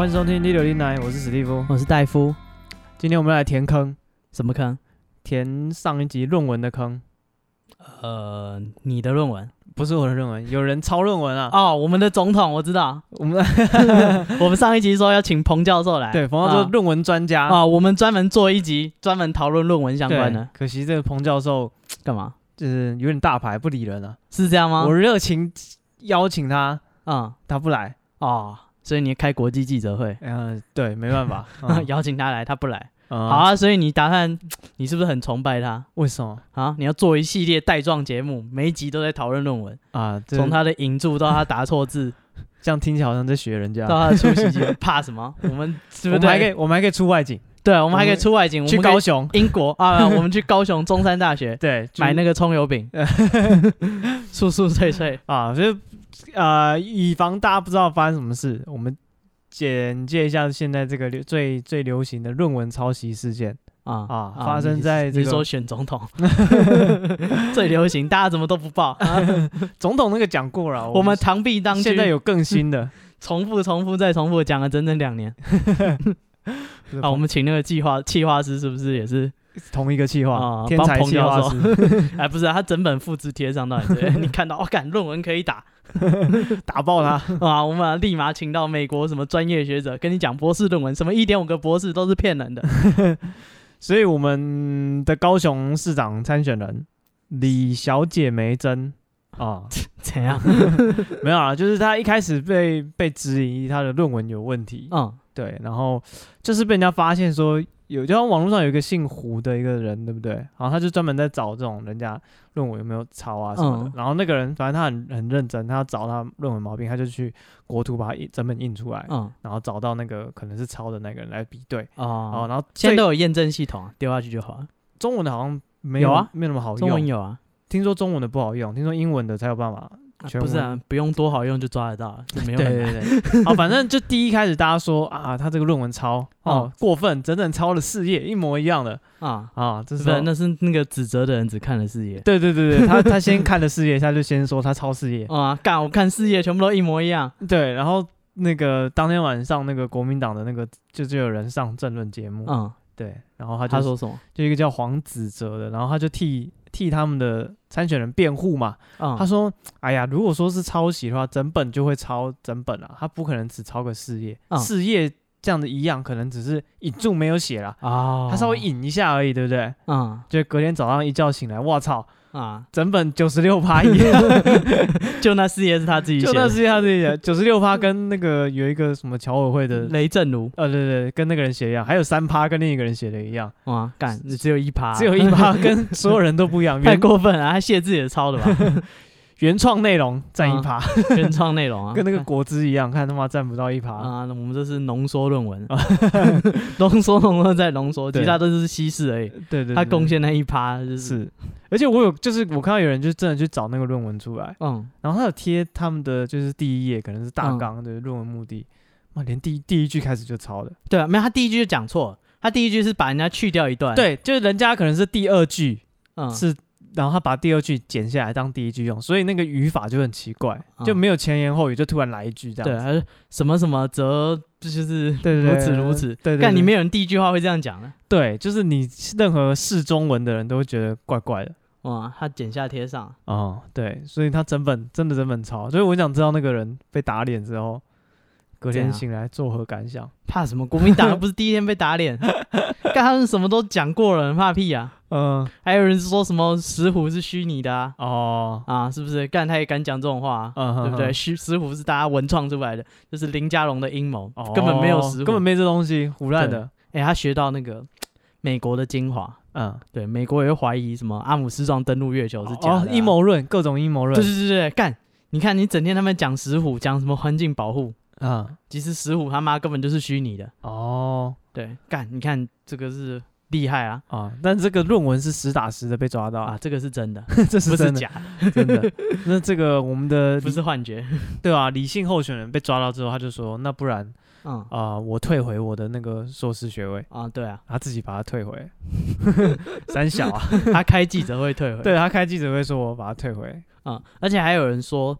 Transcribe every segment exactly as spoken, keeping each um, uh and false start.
欢迎收听第六零来，我是史蒂夫， 我是戴夫。 今天我们来填坑， 什么坑？ 填上一集论文的坑。 呃，你的论文不是我的论文，有人抄论文啊。 哦，我们的总统我知道， 我们我们上一集说要请彭教授来， 对，彭教授论文专家啊、哦，我们专门做一集专门讨论论文相关的。 可惜这个彭教授干嘛？ 就是有点大牌，不理人啊。 是这样吗？ 我热情邀请他， 嗯， 他不来哦，所以你开国际记者会， 嗯、呃，对，没办法，嗯、 邀请他来，他不来。 嗯、 好啊，所以你打算，你是不是很崇拜他？ 为什么啊？你要做一系列带状节目，每一集都在讨论论文啊？ 从他的引注到他答错字， 这样听起来好像在学人家。 到他的出席机，怕什么？我们是不是我们还可以，我们还可以出外景。 对，我们还可以出外景，我们去高雄、 英国啊，我们去高雄中山大学， 对， 买那个葱油饼，酥酥脆脆啊，就是呃，以防大家不知道发生什么事，我们简介一下现在这个最最流行的论文抄袭事件啊啊，发生在这个你说选总统最流行，大家怎么都不报？啊、 总统那个讲过了， 我们螳臂当车， 现在有更新的， 重复重复再重复讲了整整两年。啊，我们请那个计划企划师是不是也是同一个企划、 啊？ 天才企划师， 哎，不是、啊，他整本复制贴上到你这边，你看到，哦，干论文可以打， 打爆他啊！我们立马请到美国什么专业学者跟你讲博士论文，什么一点五个博士都是骗人的。 所以我们的高雄市长参选人李小姐梅珍啊， 怎样？ 没有啊，就是他一开始被被质疑他的论文有问题，嗯。对，然后就是被人家发现说有，就像网络上有一个姓胡的一个人，对不对？然后他就专门在找这种人家论文有没有抄啊什么的。嗯、然后那个人反正他很很认真，他要找他论文毛病，他就去国图把它整本印出来，嗯、然后找到那个可能是抄的那个人来比对。哦，然后现在都有验证系统，丢下去就好了。 中文的好像没有， 有啊， 没有那么好用。 中文有啊， 听说中文的不好用，听说英文的才有办法。 啊、不是啊，不用多好用就抓得到，就没有。 对对对，好，反正就第一开始大家说啊，他这个论文抄哦、嗯、过分，整整抄了四页，一模一样的啊啊，这是那是那个指责的人只看了四页。 对对对对，他他先看了四页，他就先说他抄四页啊，干我看四页全部都一模一样。 对，然后那个当天晚上那个国民党的那个就就有人上政论节目，嗯，对，然后他就他说什么？ 就一个叫黄子哲的，然后他就替。替他们的参选人辩护嘛、嗯，他说：“哎呀，如果说是抄袭的话，整本就会抄整本啊，他不可能只抄个四页，嗯、四页这样的一样，可能只是引注没有写啦，哦、他稍微引一下而已，对不对？嗯，就隔天早上一觉醒来，我操！”啊，整本九十六趴一样， 就那四页是他自己写的， 就那四页他自己写的，九十六趴跟那个有一个什么侨委会的雷震儒， 呃，对对，跟那个人写的一样，还有三趴跟另一个人写的一样， 哇，干，只有一趴， 只有一趴，跟所有人都不一样， 太过分了，他写自己的抄的吧？ 原创内容占一趴， 原创内容啊， 跟那个果汁一样，看他妈占不到一趴啊！我们这是浓缩论文，浓缩浓缩再浓缩，其他都是稀释而已。 对 对, 对， 他贡献那一趴就是。 而且我有，就是我看到有人就真的去找那个论文出来，嗯，然后他有贴他们的就是第一页，可能是大纲的论文目的，妈、嗯，连第第一句开始就抄的。 对啊，没有，他第一句就讲错了，他第一句是把人家去掉一段， 对，就是人家可能是第二句，嗯，是。然后他把第二句剪下来当第一句用，所以那个语法就很奇怪，嗯、就没有前言后语，就突然来一句这样子。 对，还是什么什么则就是对对如此如此。对对，但你没有人第一句话会这样讲的。 对，就是你任何视中文的人都会觉得怪怪的。 哇，他剪下贴上。 哦，对，所以他整本真的整本抄，所以我想知道那个人被打脸之后，隔天醒来作何感想？ 怕什么？国民党又不是第一天被打脸，干他们什么都讲过了，怕屁啊！嗯，还有人说什么石虎是虚拟的啊？哦啊，是不是？干他也敢讲这种话、啊嗯，对不对？虚石虎是大家文创出来的，就是林佳龙的阴谋、哦，根本没有石虎， 根本没这东西，胡乱的。 哎、欸，他学到那个美国的精华，嗯，对，美国也会怀疑什么阿姆斯壮登陆月球是假的、啊， 阴谋论，各种阴谋论。 对对对对，干！你看你整天他们讲石虎，讲什么环境保护。啊、嗯，其实石虎他妈根本就是虚拟的哦。对，干，你看这个是厉害啊啊！但这个论文是实打实的被抓到啊，这个是真的， 这是真的不是假的， 真的。那这个我们的不是幻觉， 对啊，理性候选人被抓到之后，他就说，那不然，嗯啊、呃，我退回我的那个硕士学位啊，对啊， 他自己把它退回，三小啊， 他开记者会退回， 对他开记者会说我把它退回啊、嗯，而且还有人说。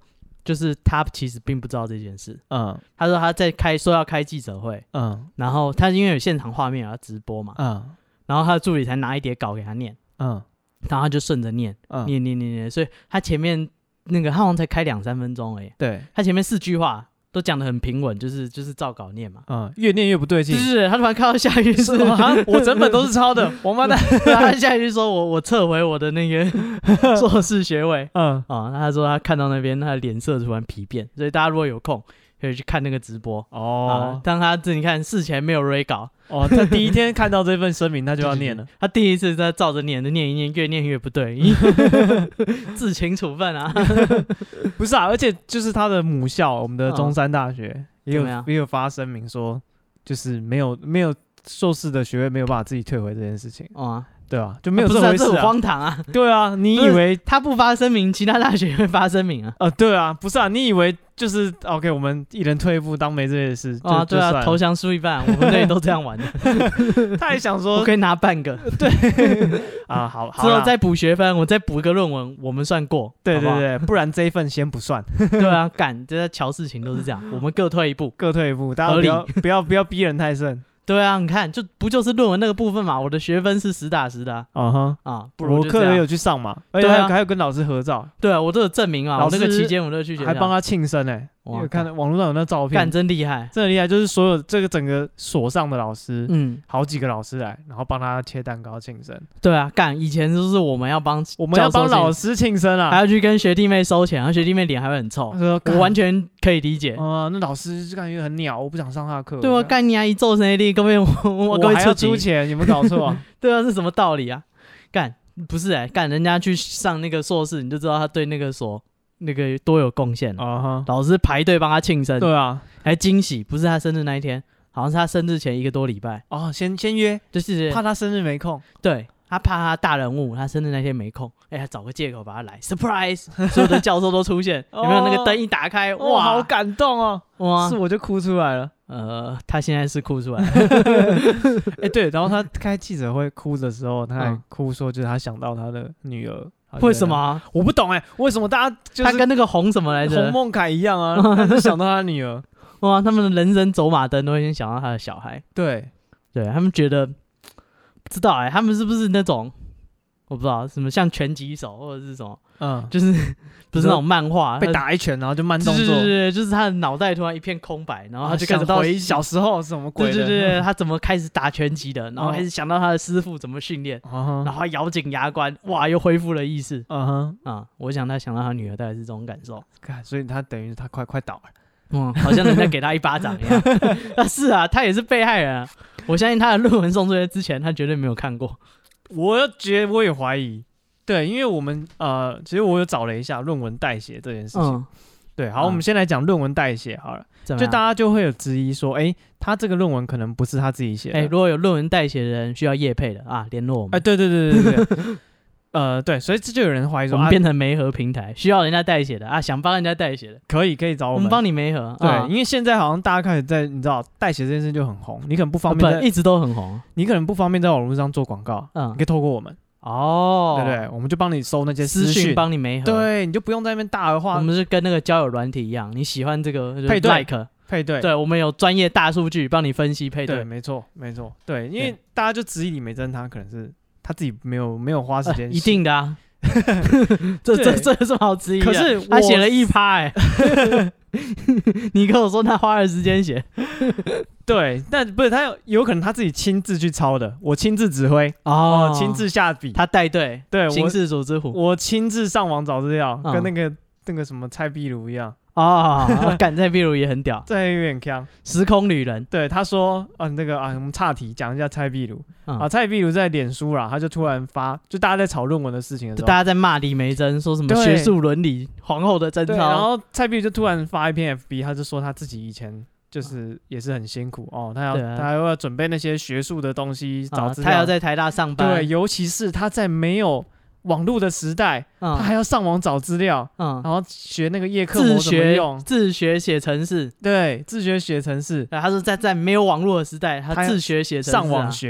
就是他其实并不知道这件事。嗯，他说他在开说要开记者会，嗯，然后他因为有现场画面要直播嘛，嗯，然后他的助理才拿一叠稿给他念，嗯，然后他就顺着念，嗯，念念念念，所以他前面那个他好像才开两三分钟而已， 对， 他前面四句话都讲得很平稳，就是就是照稿念嘛， 嗯，越念越不对劲， 是，他突然看到下一句是我整本都是抄的，王八蛋， 他下一句说我我撤回我的那个硕士学位，嗯，啊，他说他看到那边他的脸色突然疲变，所以大家如果有空可以去看那个直播哦。啊、当他这你看事前没有 re 稿哦，他第一天看到这份声明他就要念了， 他第一次在照着念的念一念，越念越不对，自请处分啊， 不是啊，而且就是他的母校我们的中山大学、嗯、也有也有发声明说，就是没有没有硕士的学位没有办法自己退回这件事情啊。对啊，就没有这回事啊， 这很荒唐啊！ 对啊，你以为他不发声明，其他大学会发声明啊？ 呃，对啊，不是啊，你以为就是 OK， 我们一人退一步，当没这件事啊？对啊，投降输一半，我们那里都这样玩的。 他还想说， 我可以拿半个， 对啊，好， 之后再补学分，我再补一个论文，我们算过。 对对对，不然这一份先不算。 对啊，干，这在乔事情都是这样，我们各退一步， 各退一步，大家不要不要不要逼人太甚。 对啊，你看，就不就是论文那个部分嘛？我的学分是实打实的啊， uh huh. 啊，不如我课也有去上嘛，而且还有、啊、还有跟老师合照。 对啊，我都有证明啊，我那个期间我都去学校， 还帮他庆生哎、欸。我看网络上有那照片， 干真厉害， 真的厉害，就是所有这个整个所上的老师，嗯，好几个老师来，然后帮他切蛋糕庆生。 对啊，干以前都是我们要帮我们要帮老师庆生啊， 还要去跟学弟妹收钱，然后学弟妹脸还会很臭，我完全可以理解。 啊、呃，那老师就感觉很鸟，我不想上他的课。 对啊，干你啊，一做生意，各位我我我还要出钱，有没有搞错啊？ 对啊，是什么道理啊？干不是哎、欸，干人家去上那个硕士，你就知道他对那个所。那个多有贡献啊！ Uh huh. 老师排队帮他庆生， 对啊， 还惊喜，不是他生日那一天，好像是他生日前一个多礼拜哦，先先约， 就是怕他生日没空， 对他怕他大人物，他生日那天没空，哎、欸，找个借口把他来 surprise， 所有的教授都出现，有没有那个灯一打开，哇， 哇好感动哦，哇，是我就哭出来了， 呃，他现在是哭出来了， 哎、欸，对，然后他开记者会哭的时候，他还哭说，就是他想到他的女儿。 为什么？ 我不懂哎、欸，为什么大家就是他跟那个红什么来着？ 洪孟凯一样啊，他是想到他女儿。 哇，他们的人生走马灯都会先想到他的小孩。 对， 对他们觉得不知道哎、欸，他们是不是那种我不知道什么像拳击手或者是什么，嗯，就是不是那种漫画被打一拳然后就慢动作， 对对对，就是他的脑袋突然一片空白，然后他就开始回小时候是什么鬼的， 对对对，他怎么开始打拳击的，然后开始想到他的师傅怎么训练，嗯、然后他咬紧牙关，哇，又恢复了意识，嗯哼，啊，我想他想到他女儿大概是这种感受， 所以他等于他快快倒了。 嗯，好像人家给他一巴掌一样。啊，是啊，他也是被害人啊。我相信他的论文送出来之前，他绝对没有看过。 我觉得我也怀疑，对，因为我们呃，其实我有找了一下论文代写这件事情。嗯、对，好，嗯、我们先来讲论文代写好了。就大家就会有质疑说，哎、欸，他这个论文可能不是他自己写的。 哎、欸，如果有论文代写的人需要业配的啊，联络我们。 哎、欸，对对对对对。呃，对，所以这就有人怀疑说， 我们变成媒合平台，需要人家代写的啊，想帮人家代写的， 可以可以找我们， 我们帮你媒合。 对， 啊、 因为现在好像大家开始在，你知道，代写这件事就很红，你可能不方便在、 啊，一直都很红， 你可能不方便在网络上做广告，嗯，你可以透过我们，哦，对不对？我们就帮你收那些私讯， 帮你媒合， 对，你就不用在那边大而化。 我们是跟那个交友软体一样，你喜欢这个配对 like 配对， 对，我们有专业大数据帮你分析配对， 对，没错没错，对，因为大家就质疑李美珍，她可能是她自己没有没有花时间、呃， 一定的啊。这这这有什么好质疑的？ 可是他写了一趴哎，你跟我说他花了时间写， 对，但不是他有有可能他自己亲自去抄的，我亲自指挥哦，亲自下笔， 他带队， 对， 行事组之虎， 我亲自上网找资料，嗯、跟那个那个什么蔡壁如一样。 哦，干蔡壁如也很屌， 这有点强， 时空旅人。 对，他说，啊，那个啊，我们岔题讲一下蔡壁如、嗯、啊，蔡壁如在脸书啦，他就突然发，就大家在吵论文的事情的时候， 大家在骂李梅珍，说什么学术伦理皇后的贞操， 然后蔡壁如就突然发一篇 F B， 他就说他自己以前就是也是很辛苦哦，他要、啊、他还要准备那些学术的东西，找资料、 啊，他要在台大上班， 对，尤其是他在没有网络的时代、嗯，他还要上网找资料，嗯，然后学那个叶克膜怎么用， 自学写程式， 对，自学写程式。 他说在在没有网络的时代，他自学写程式、啊， 上网学，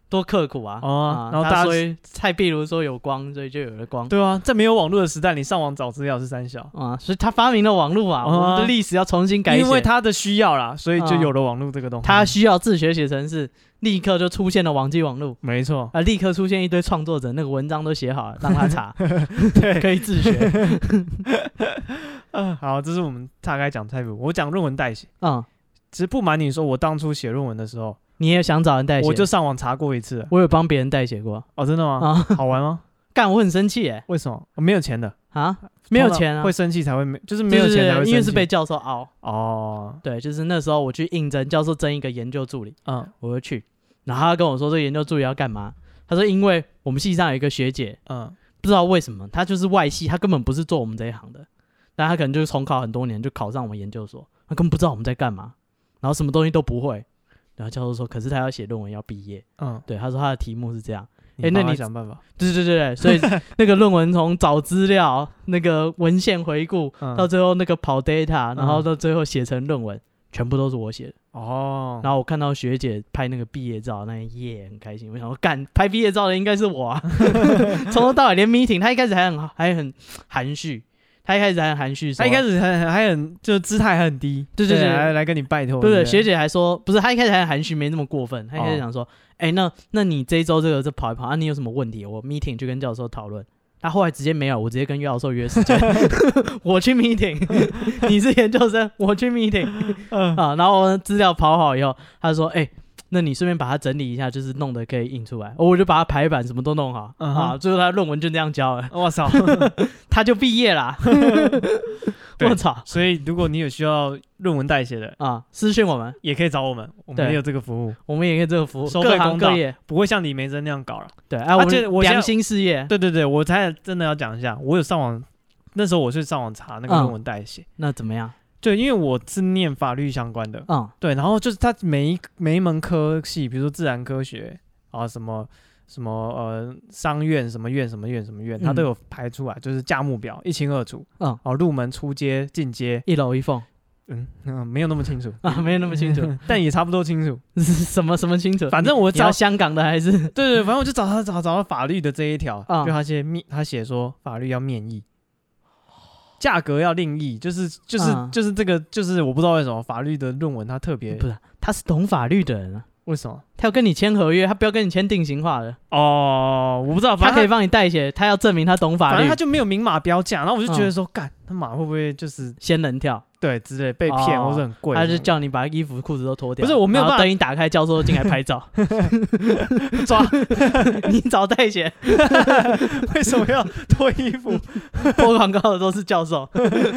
多刻苦啊！哦，然后大家说蔡壁如说有光，所以就有了光。 对啊，在没有网络的时代，你上网找资料是三小啊，所以他发明了网络啊，我们的历史要重新改写。 因为他的需要啦，所以就有了网络这个东西。 他需要自学写程式，立刻就出现了网际网络。 没错啊，立刻出现一堆创作者，那个文章都写好了，让他查，对，可以自学。 嗯，好，这是我们大概讲蔡壁如，我讲论文代写。嗯，其实不瞒你说，我当初写论文的时候。 你也想找人代写？ 我就上网查过一次， 我有帮别人代写过。 哦，真的吗？啊，好玩吗？ 干，我很生气哎！ 为什么？没有钱的啊？没有钱啊？ 会生气才会没，就是没有钱才会生气。 因为是被教授凹。哦，对，就是那时候我去应征，教授征一个研究助理，嗯，我就去，然后他跟我说这个研究助理要干嘛？他说因为我们系上有一个学姐，嗯，不知道为什么她就是外系，她根本不是做我们这一行的，但她可能就是重考很多年就考上我们研究所，她根本不知道我们在干嘛，然后什么东西都不会。然后教授说，可是他要写论文要毕业，嗯，对，他说他的题目是这样， 哎，那你想办法， 对对对对，所以那个论文从找资料、那个文献回顾，嗯、到最后那个跑 data， 然后到最后写成论文，嗯、全部都是我写的。哦，然后我看到学姐拍那个毕业照，那一页很开心，我想说，干拍毕业照的应该是我啊，从头到尾连 meeting， 他一开始还很还很含蓄。他一开始还很含蓄， 他一开始还还很就姿态很低， 对对对， 来来跟你拜托。 对对，学姐还说不是，他一开始还很含蓄，没那么过分。他一开始想说，哎、哦欸，那那你这一周这个这跑一跑啊，你有什么问题？我 meeting 去跟教授讨论。他后来直接没有，我直接跟教授约时间，我去 meeting， 你是研究生，我去 meeting， 嗯啊，然后资料跑好以后，他说，哎、欸。那你顺便把它整理一下，就是弄得可以印出来，我就把它排版什么都弄好、uh huh. 啊，最后他论文就那样交了。 我操， 他就毕业啦！我操！ 所以如果你有需要论文代写的啊，私讯我们也可以找我们，我们也有这个服务， 我们也可以这个服务， 收费公道， 各业不会像李梅珍那样搞了。 对，啊，我们我良心事业。 对对对，我才真的要讲一下，我有上网，那时候我是上网查那个论文代写、嗯， 那怎么样？ 对，因为我是念法律相关的，嗯，对，然后就是它每一每一门科系，比如说自然科学啊，什么什么呃商院什么院什么院什么院，它都有排出来，就是价目表一清二楚，嗯，哦，入门、初阶、进阶， 一楼一凤， 嗯嗯，没有那么清楚啊，没有那么清楚， 但也差不多清楚， 什么什么清楚？ 反正我找香港的还是对对，反正我就找他找找到法律的这一条，嗯、就他写面，他写说法律要面议。价格要另议，就是就是、嗯、就是这个，就是我不知道为什么法律的论文他特别不是，他是懂法律的人啊， 为什么？ 他要跟你签合约，他不要跟你签定型化的哦，我不知道，反正他, 他可以帮你代写，他要证明他懂法律， 反正他就没有明码标价，然后我就觉得说，干、嗯、他妈会不会就是仙人跳？ 对，之类被骗、哦、或者很贵， 他就叫你把衣服裤子都脱掉， 不是我没有办法， 灯一打开，教授进来拍照，抓你找代写， 为什么要脱衣服？ 脱广告的都是教授，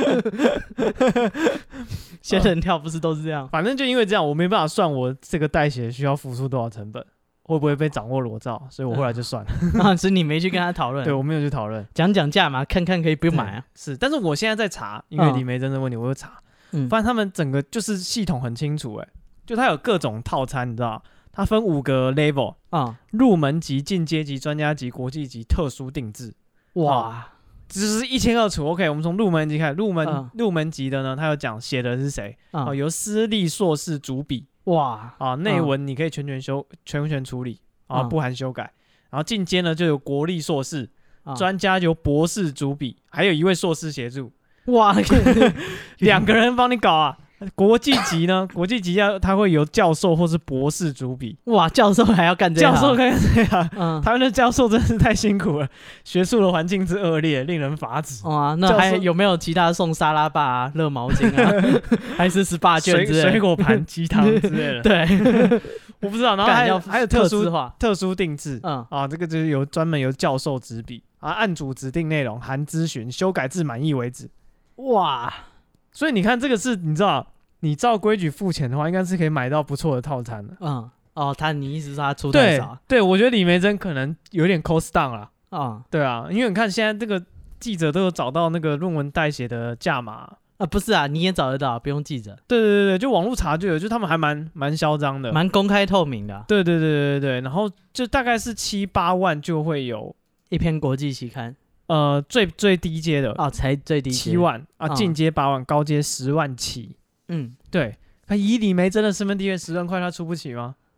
仙人跳不是都是这样？ 反正就因为这样，我没办法算我这个代写需要付出多少成本。会不会被掌握裸照？所以我后来就算了。 啊，所以你没去跟他讨论？ 对，我没有去讨论， 讲讲价嘛，看看可以不用买啊。 是，但是我现在在查，因为李梅珍的问题，我有查，嗯，发现他们整个就是系统很清楚，哎，就它有各种套餐，你知道，它分五个 level 啊，入门级、进阶级、专家级、国际级、特殊定制。哇，只是一清二楚。OK， 我们从入门级开始，入门、嗯、入门级的呢，他有讲写的是谁，嗯、哦，由私立硕士主笔。哇啊，内文你可以全权修、嗯、全权处理啊，不含修改。然后进阶呢就有国立硕士，嗯、专家由博士主笔，还有一位硕士协助。哇，两个人帮你搞啊！国际级呢，国际级要他会由教授或是博士主笔。哇，教授还要干这样？教授干这样？嗯，台湾的教授真是太辛苦了，学术的环境之恶劣，令人发指。哇，那还有没有其他送沙拉吧啊、热毛巾啊，还是十八卷之类的水果盘、鸡汤之类的？对，我不知道。然后还有还有特殊特殊定制，嗯啊，这个就是由专门由教授执笔啊，按主指定内容含咨询，修改至满意为止。哇！所以你看，这个是你知道，你照规矩付钱的话，应该是可以买到不错的套餐的。嗯，哦，他你意思是他出太少？对，对我觉得李梅珍可能有点 cost down 啦。啊、嗯，对啊，因为你看现在这个记者都有找到那个论文代写的价码啊，不是啊，你也找得到，不用记者。对对对对，就网络查就有，就他们还蛮蛮嚣张的，蛮公开透明的、啊。对对对对对，然后就大概是七八万就会有一篇国际期刊。呃，最最低阶的啊、哦，才最低七万啊，进、嗯、阶八万，高阶十万起。嗯，对，他以李梅珍的身份地位，十万块他出不起吗？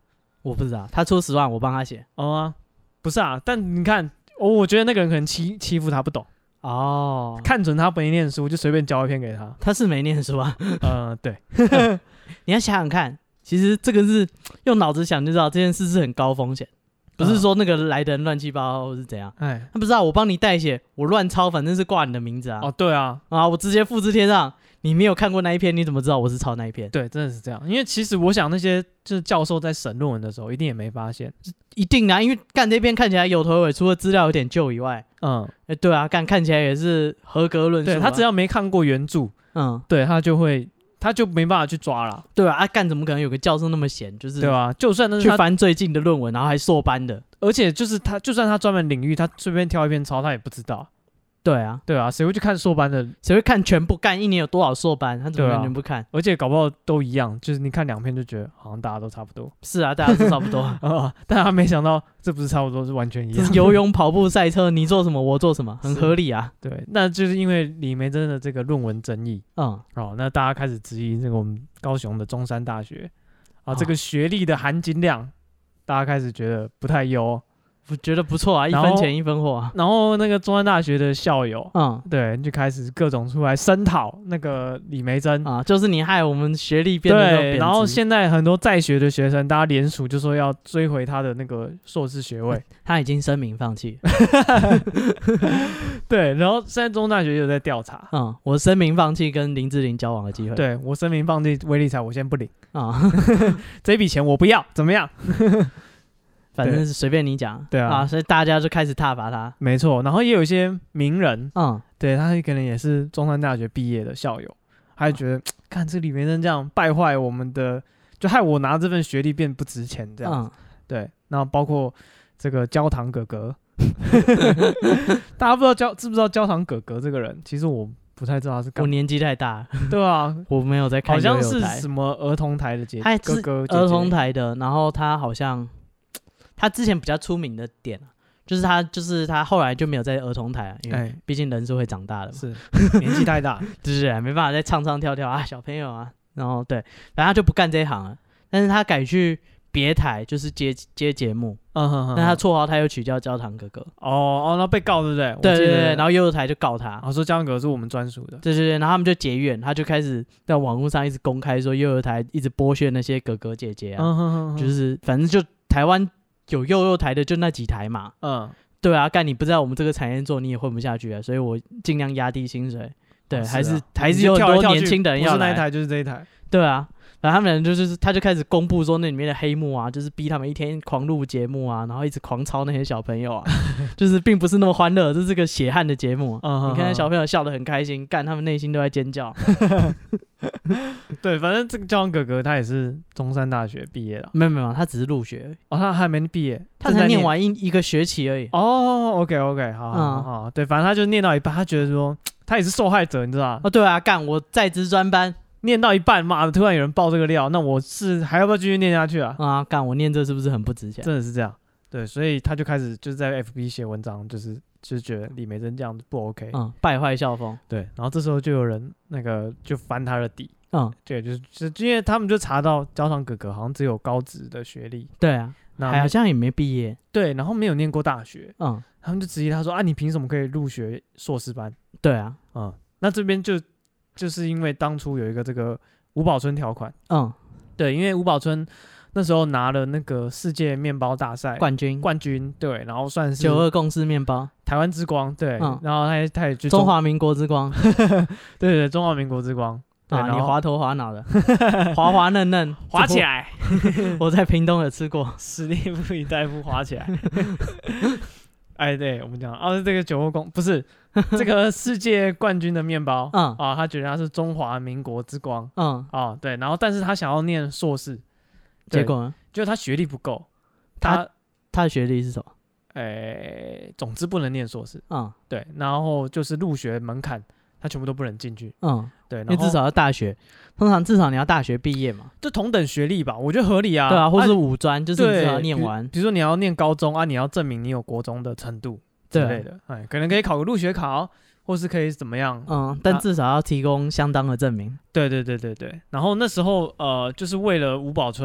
我不知道，他出十万，我帮他写。 哦啊，不是啊，但你看，我我觉得那个人可能欺欺负他不懂哦，看准他没念书，就随便交一篇给他。 他是没念书啊？ 呃，对， 你要想想看，其实这个是用脑子想就知道这件事是很高风险。不是说那个来的人乱七八糟或是怎样，哎，他不知道我帮你代写，我乱抄，反正是挂你的名字啊。 哦，对啊， 啊，我直接复制贴上，你没有看过那一篇，你怎么知道我是抄那一篇？ 对，真的是这样。因为其实我想那些就是教授在审论文的时候，一定也没发现， 一定啊，因为干这篇看起来有头有尾，除了资料有点旧以外，嗯，哎，对啊，干看起来也是合格论述、啊。 对他只要没看过原著，嗯，对他就会。他就没办法去抓了， 对啊，啊干怎么可能有个教授那么闲，就是对啊，就算那是去翻最近的论文，然后还硕班的， 而且就是他，就算他专门领域，他随便挑一篇抄，他也不知道。 对啊， 对啊，谁会去看硕班的？ 谁会看全部？干一年有多少硕班？他怎么可能不看？ 而且搞不好都一样，就是你看两篇就觉得好像大家都差不多。 是啊，大家都差不多啊，但他没想到这不是差不多，是完全一样。 游泳、跑步、赛车，你做什么，我做什么，很合理啊。 对，那就是因为李梅珍的这个论文争议，嗯，哦，那大家开始质疑这个我们高雄的中山大学啊，哦、这个学历的含金量，大家开始觉得不太优。 我觉得不错啊，一分钱一分货啊。 然后那个中山大学的校友，嗯，对，就开始各种出来声讨那个李梅珍啊，就是你害我们学历变得那么贬值。 对，然后现在很多在学的学生，大家联署就说要追回他的那个硕士学位， 他已经声明放弃。 对，然后现在中山大学有在调查， 嗯，我声明放弃跟林志玲交往的机会。 对，我声明放弃威力彩，我先不领啊，这笔钱我不要，怎么样？ 反正是随便你讲， 对 啊, 啊，所以大家就开始挞伐他。 没错，然后也有一些名人，嗯，对他可能也是中山大学毕业的校友，他就觉得，看这李梅珍这样败坏我们的，就害我拿这份学历变不值钱这样子。嗯、对，然后包括这个焦糖哥哥，大家不知道焦知不知道焦糖哥哥这个人？其实我不太知道他是干嘛。 我年纪太大了， 对啊， 我没有在看悠悠台， 好像是什么儿童台的节哥哥姐姐， 儿童台的，然后他好像。他之前比较出名的点、啊、就是他，就是他后来就没有在儿童台啊，因为毕竟人是会长大的嘛， 是年纪太大， 对对，没办法再唱唱跳跳啊，小朋友啊，然后对，反正他就不干这一行了，但是他改去别台，就是接接节目，嗯哼哼，那他绰号他又取叫焦糖哥哥， 哦哦，那被告对不对？ 对对对，然后悠悠台就告他， 哦，说焦糖哥哥是我们专属的， 对对对，然后他们就结怨，他就开始在网络上一直公开说悠悠台一直剥削那些哥哥姐姐啊，嗯哼哼哼，就是反正就台湾。有幼幼台的就那几台嘛，嗯，对啊，干你不知道我们这个产业做你也混不下去啊，所以我尽量压低薪水，对，哦是啊、还是还是有很多年轻的人要来， 不是那一台就是这一台， 对啊，然后他们就是他就开始公布说那里面的黑幕啊，就是逼他们一天狂录节目啊，然后一直狂抄那些小朋友啊，就是并不是那么欢乐，这是个血汗的节目、啊嗯，你看小朋友笑得很开心，干他们内心都在尖叫。 对，反正这个焦糖哥哥他也是中山大学毕业了， 没有没有，他只是入学而已。 哦，他还没毕业， 他才念完一一个学期而已。 哦 ，OK OK， 好好 好, 好、嗯，对，反正他就念到一半，他觉得说他也是受害者，你知道吗？ 哦，对啊，干我在职专班念到一半，妈的，突然有人爆这个料，那我是还要不要继续念下去啊？ 啊，干我念这是不是很不值钱？ 真的是这样，对，所以他就开始就是在 F B 写文章，就是就是觉得李梅珍这样不 OK， 嗯，败坏校风。 对，然后这时候就有人那个就翻他的底。嗯，对，就是就因为他们就查到焦糖哥哥好像只有高职的学历， 对啊，还好像也没毕业， 对，然后没有念过大学，嗯，他们就质疑他说啊，你凭什么可以入学硕士班？ 对啊， 嗯，那这边就就是因为当初有一个这个吴宝春条款，嗯，对，因为吴宝春那时候拿了那个世界面包大赛冠军， 冠军，对，然后算是九二共识面包， 台湾之光，对，嗯、然后他也他也去中华民国之光， 对对对，中华民国之光。 啊！你滑头滑脑的，滑滑嫩嫩， 滑起来。 我在屏东有吃过， 实力不比大夫滑起来。哎，对我们讲哦，这个九二公不是这个世界冠军的面包，嗯啊，他觉得他是中华民国之光，嗯啊，对，然后但是他想要念硕士， 结果呢， 就是他学历不够， 他他的学历是什么？ 哎，总之不能念硕士，嗯，对，然后就是入学门槛。他全部都不能进去，嗯，对， 因为至少要大学，通常至少你要大学毕业嘛， 就同等学历吧，我觉得合理啊， 对啊，或是五专，啊、就是你至少念完比，比如说你要念高中啊，你要证明你有国中的程度之类的，哎，可能可以考个入学考，或是可以怎么样， 嗯，但至少要提供相当的证明， 对对对对对，然后那时候呃，就是为了吴宝春啊，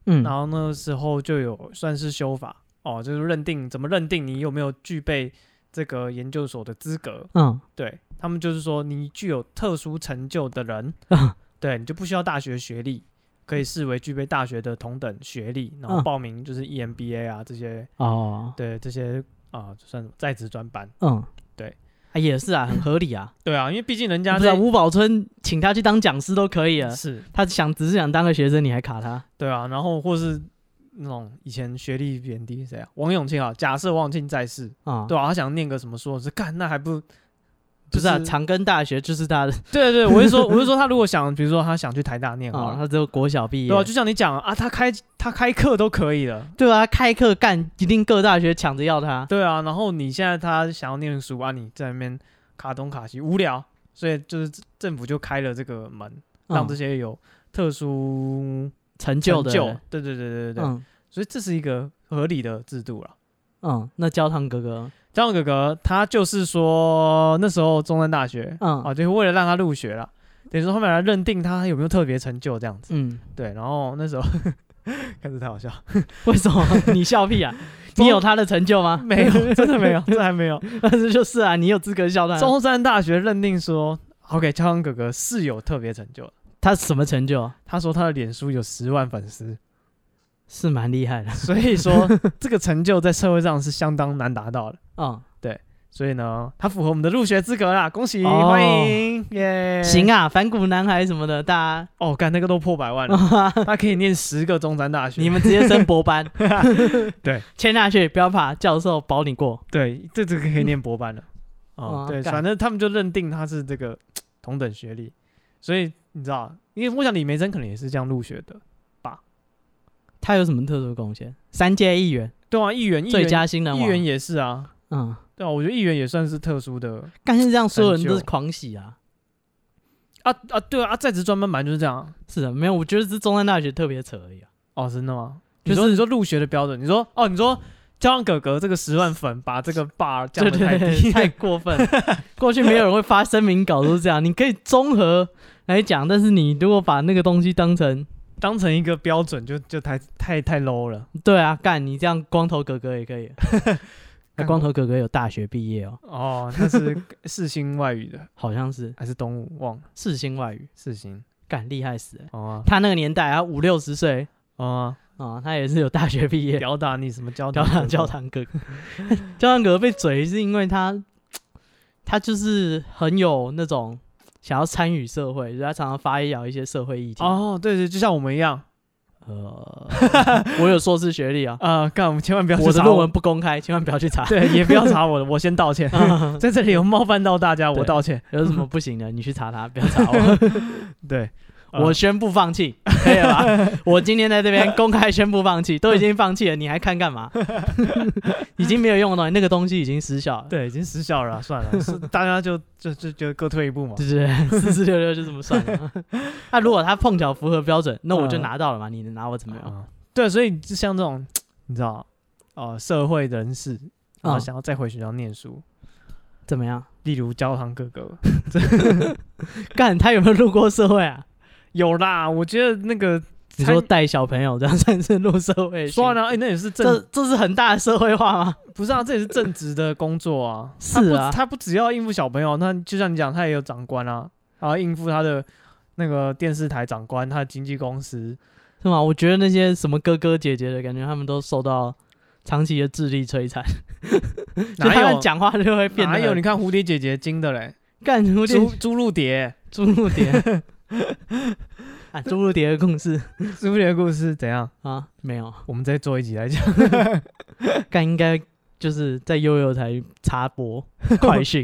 嗯，然后那时候就有算是修法哦，就是认定怎么认定你有没有具备这个研究所的资格。嗯，对他们就是说你具有特殊成就的人，嗯、对你就不需要大学学历，可以视为具备大学的同等学历，然后报名就是 E M B A 啊这些哦，对这些啊、呃、算在职专班。嗯，对。 啊、也是啊，很合理啊。 对啊，因为毕竟人家在吴宝春请他去当讲师都可以了， 是他想只是想当个学生，你还卡他？ 对啊，然后或是那种以前学历贬低谁啊？王永庆啊，假设王永庆在世啊，对啊，他想念个什么硕士，干那还不、 就是、不是啊？长庚大学就是他的。 对对，我是说，我是说他如果想，比如说他想去台大念好了、 哦，他只有国小毕业， 对啊，就像你讲啊，他开他开课都可以了， 对啊，他开课干一定各大学抢着要他。 对啊，然后你现在他想要念书啊，你在那边卡东卡西无聊，所以就是政府就开了这个门，让这些有特殊成就的， 对对对对对对，嗯、所以这是一个合理的制度了。 嗯，那焦糖哥哥， 焦糖哥哥他就是说那时候中山大学，嗯，啊，就是为了让他入学了，等于说后面来认定他有没有特别成就这样子，嗯，对，然后那时候看着太好笑， 为什么你笑屁啊？你有他的成就吗？ 没有，真的没有，这还没有。 但是就是啊，你有资格笑他。 中山大学认定说 ，OK， 焦糖哥哥是有特别成就的。 他什么成就？ 他说他的脸书有十万粉丝， 是蛮厉害的。 所以说这个成就在社会上是相当难达到的。嗯，对。所以呢，他符合我们的入学资格啦，恭喜、哦、欢迎耶！ Yeah 行啊，反骨男孩什么的，大家哦，干那个都破百万了，他可以念十个中山大学， 你们直接升博班， 对， 签下去不要怕，教授保你过。 对，这这个可以念博班了。哦，对，反正他们就认定他是这个同等学历，所以你知道，因为我想李梅珍可能也是这样入学的吧？ 他有什么特殊贡献？三届议员， 对啊，议员， 最佳新人王， 议员也是啊，嗯。对啊，我觉得议员也算是特殊的， 但是这样所有人都是狂喜啊！ 啊啊，对啊，在职专班本来就是这样、啊。 是的，没有，我觉得是中山大学特别扯而已啊。 哦，真的吗？就是、你说你说入学的标准，你说哦，你说焦糖哥哥这个十万粉把这个 bar 降得太低， 对对对太过分。过去没有人会发声明稿都是这样，你可以综合来讲，但是你如果把那个东西当成当成一个标准就，就就太太太 low 了。 对啊，干你这样光头哥哥也可以。那光头哥哥有大学毕业哦。 哦，他是世新外语的， 好像是， 还是东吴忘了。 世新外语， 世新， 干厉害死了。哦、啊，他那个年代他五六十岁，哦啊，他也是有大学毕业。 吊打你什么焦糖？吊打焦糖哥哥。焦糖哥哥被嘴是因为他，他就是很有那种想要参与社会，所以他常常发表一些社会议题。 哦，对对，就像我们一样。 呃，我有硕士学历啊， 啊、呃，干，我们千万不要去查我的论文不公开，千万不要去查， 对，也不要查我的，我先道歉，在这里有冒犯到大家，我道歉。 有什么不行的，你去查他，不要查我。 对， 我宣布放弃，可以了吧？我今天在这边公开宣布放弃，都已经放弃了，你还看干嘛？已经没有用的东西，那个东西已经失效了。 对，已经失效了啦，算了，是大家就就就就各退一步嘛。 对对对，四四六六就这么算了。那如果他碰巧符合标准，那我就拿到了嘛，你能拿我怎么样？ 嗯、对，所以就像这种，你知道，呃，社会人士，然后想要再回学校念书， 嗯、怎么样？ 例如焦糖哥哥， 干他有没有入过社会啊？ 有啦，我觉得那个你说带小朋友这样算是入社会？ 算了，哎、欸，那也是正， 这这是很大的社会化吗？ 不是啊，这也是正职的工作啊。 是啊， 他不，他不只要应付小朋友，那就像你讲，他也有长官啊，然后应付他的那个电视台长官，他的经纪公司， 是吗？我觉得那些什么哥哥姐姐的感觉，他们都受到长期的智力摧残。哪有？他们讲话就会变得哪有？你看蝴蝶姐姐金的嘞， 干蝴蝶朱朱鹭蝶， 朱鹭蝶。啊，朱鹭蝶的故事， 朱鹭蝶的故事怎样啊？没有， 我们再做一集来讲。 干应该就是在悠悠台插播快讯。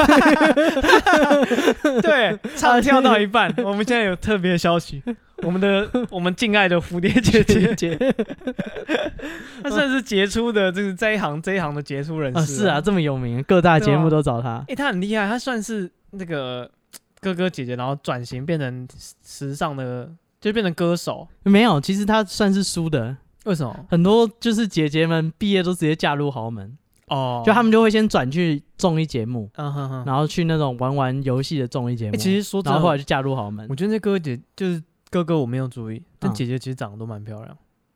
对，唱跳到一半，我们现在有特别消息，我们的我们敬爱的蝴蝶姐姐，她算是杰出的，就是这一行这一行的杰出人士、啊。 是啊，这么有名，各大节目都找她。 哎、欸，她很厉害，她算是那个。哥哥姐姐，然后转型变成时尚的，就变成歌手。 没有，其实他算是输的。 为什么？ 很多就是姐姐们毕业都直接嫁入豪门哦，就他们就会先转去综艺节目，嗯哼哼，然后去那种玩玩游戏的综艺节目。欸、 其实说真的， 然后后来就嫁入豪门。 我觉得那哥哥姐就是哥哥，我没有注意，但姐姐其实长得都蛮漂亮。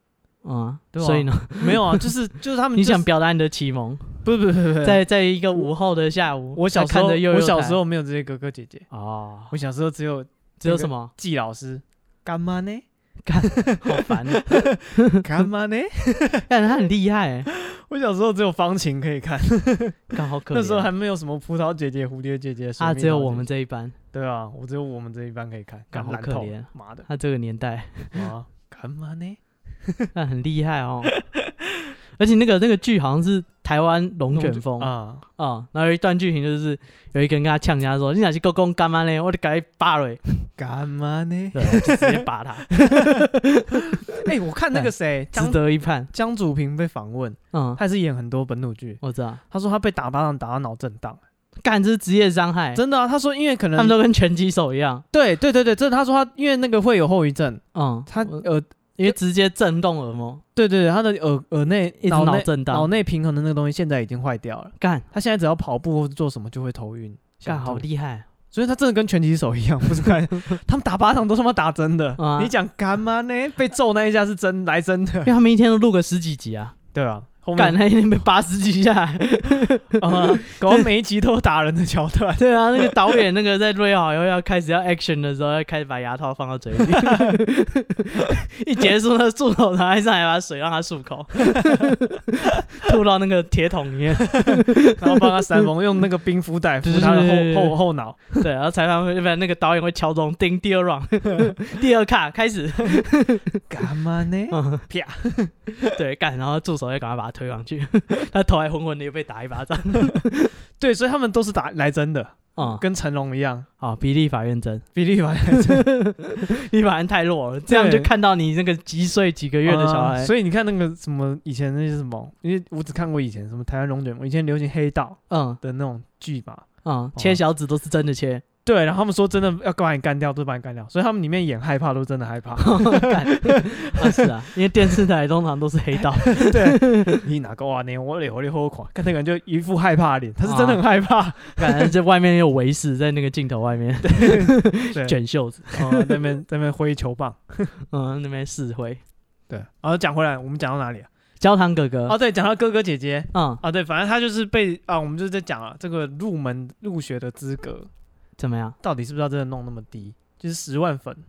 嗯，对、啊，所以呢， 没有啊，就是就是他们、 就是、你想表达你的启蒙， 不不不不， 在在一个午后的下午， 我小时候看幼幼我小时候没有这些哥哥姐姐哦， 我小时候只有只有什么季老师，干嘛呢？ 干好烦， 干嘛呢？ 但他很厉害、欸， 我小时候只有方晴可以看， 刚好可怜。 那时候还没有什么葡萄姐姐、蝴蝶姐姐， 啊，只有我们这一班。 对啊，我只有我们这一班可以看， 刚好可怜， 妈的， 他这个年代啊，干嘛呢？ 那很厉害哦。而且那个那个剧好像是台湾龙卷风啊啊，然后有一段剧情就是有一个人跟他呛人家说：“你哪是狗公干嘛呢？我就给他扒了。” 干嘛呢？ 对，就直接扒他。 哎、欸，我看那个谁， 值得一判。 江祖平被访问，嗯，他也是演很多本土剧， 我知道。 他说他被打巴掌打到脑震荡， 干这是职业伤害， 真的啊。他说因为可能他们都跟拳击手一样。 对对对对，这他说他因为那个会有后遗症， 嗯， 他呃。 因为直接震动耳膜， 对对对，他的耳耳内一直脑震荡， 脑内平衡的那个东西现在已经坏掉了。 干， 他现在只要跑步或者做什么就会头晕。 干，好厉害！ 所以他真的跟拳击手一样，不是看他们打巴掌都他妈打真的。啊、你讲干嘛呢？被揍那一下是真来真的， 因为他们一天都录个十几集啊。 对啊。 干那一天被八十集下来， 啊，搞到每一集都有打人的桥段。 对啊，那个导演那个在瑞好以后要开始要 action 的时候，要开始把牙套放到嘴里，一结束那漱口台上来把水让他漱口，吐到那个铁桶里面， 然后帮他扇风，用那个冰敷袋敷他的后后后脑。 对，然后裁判会不然那个导演会敲钟，叮第二 round， 第二卡开始。 干嘛呢？啪， 对，干，然后助手要赶快把他推上去，他头还昏昏的，又被打一巴掌。 对，所以他们都是打来真的，嗯，跟成龙一样。 啊，比例法院真， 比例法院真， 比例法院太弱了，这样就看到你那个几岁几个月的小孩。 啊、所以你看那个什么以前那些什么，因为我只看过以前什么台湾龙卷风，以前流行黑道嗯的那种剧嘛， 嗯，切小指都是真的切。 对，然后他们说真的要把你干掉，都把你干掉，所以他们里面演害怕都真的害怕。 啊是啊，因为电视台通常都是黑道。 对，你哪个哇？你我脸我脸好看，看那个人就一副害怕的脸，他是真的很害怕。 感觉这外面有维士在那个镜头外面，对，卷袖子， 哦，那边在那边挥球棒， 嗯，那边试挥。 对，然后讲回来，我们讲到哪里啊？ 焦糖哥哥。 哦，对，讲到哥哥姐姐，嗯，啊对，反正他就是被啊，我们就是在讲啊，这个入门入学的资格。 怎么样？ 到底是不是要真的弄那么低？就是十万粉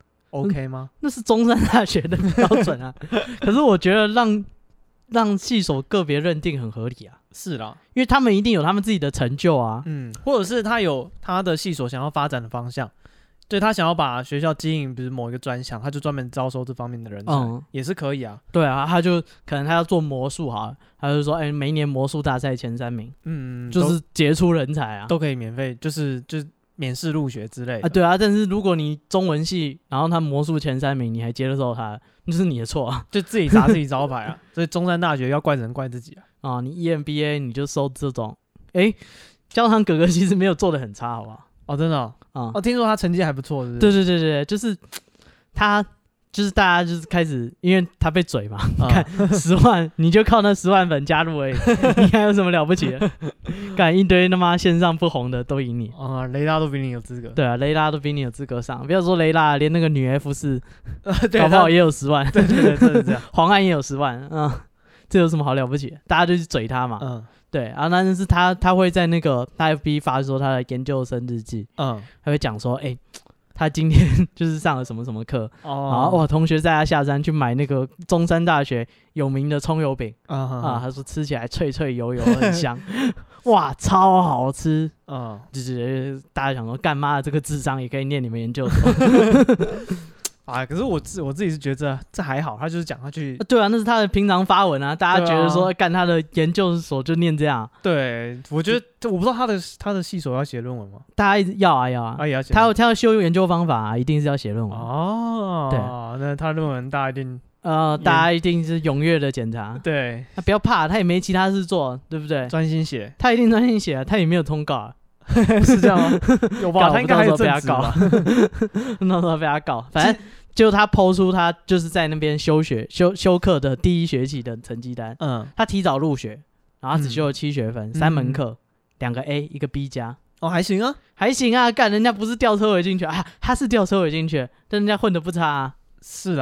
，OK 吗、嗯？ 那是中山大学的标准啊。可是我觉得让让系所个别认定很合理啊。 是啦， 因为他们一定有他们自己的成就啊。 嗯，或者是他有他的系所想要发展的方向，对他想要把学校经营，比如某一个专项，他就专门招收这方面的人才，嗯、也是可以啊。 对啊，他就可能他要做魔术好了，他就说，哎、欸，每一年魔术大赛前三名，嗯，就是杰出人才啊， 都可以免费，就是就是。免试入学之类的啊，对啊，但是如果你中文系，然后他魔术前三名，你还接得受他，那是你的错啊， 就自己砸自己招牌啊。所以中山大学要怪人怪自己啊。 啊，你 E M B A 你就收这种，哎，焦糖哥哥其实没有做得很差，好不好？ 哦，真的哦，啊、哦，听说他成绩还不错，是不是？ 对对对对，就是他。就是大家就是开始，因为他被嘴嘛，嗯、看十万你就靠那十万粉加入而已，你还有什么了不起的？干一堆他妈线上不红的都赢你啊、嗯！雷拉都比你有资格， 对啊，雷拉都比你有资格上。不要说雷拉，连那个女 F 四，搞不好也有十万。 对对对，真是这样。 黄汉也有十万，嗯，这有什么好了不起的？大家就去嘴他嘛，嗯，对啊，但是他他会在那个他 F B 发说他的研究生日记，嗯，他会讲说，哎、欸。他今天就是上了什么什么课，哦、然后哇，同学载他下山去买那个中山大学有名的葱油饼、uh huh. 啊，他說吃起來脆脆油油很香，哇，超好吃，嗯，就是大家想說幹嘛這個智商也可以念你們研究所。 啊，可是我自我自己是覺得 這, 這還好，他就是講他去、 啊，對啊，那是他的平常發文啊，大家覺得說幹、啊、他的研究所就念這樣， 對，我覺得我不知道他的他的系所要寫論文嗎？ 大家要啊要啊， 啊也要寫， 他要他要修研究方法啊，一定是要寫論文哦，對，那他論文大家一定呃大家一定是踴躍的檢查， 對， 他不要怕，他也沒其他事做，對不對？ 專心寫， 他一定專心寫啊，他也沒有通告、啊。 是這樣嗎？有吧，他應該還有正職吧？ 那時候被他告，反正。就他 po 出他就是在那邊修學修修課的第一學期的成績單，嗯，他提早入學，然後他只修了七學分，嗯、三門課，兩個 A 一個 B 加， 哦還行啊， 還行啊，幹人家不是吊車尾進去啊，他是吊車尾進去，但人家混得不差啊， 是啊，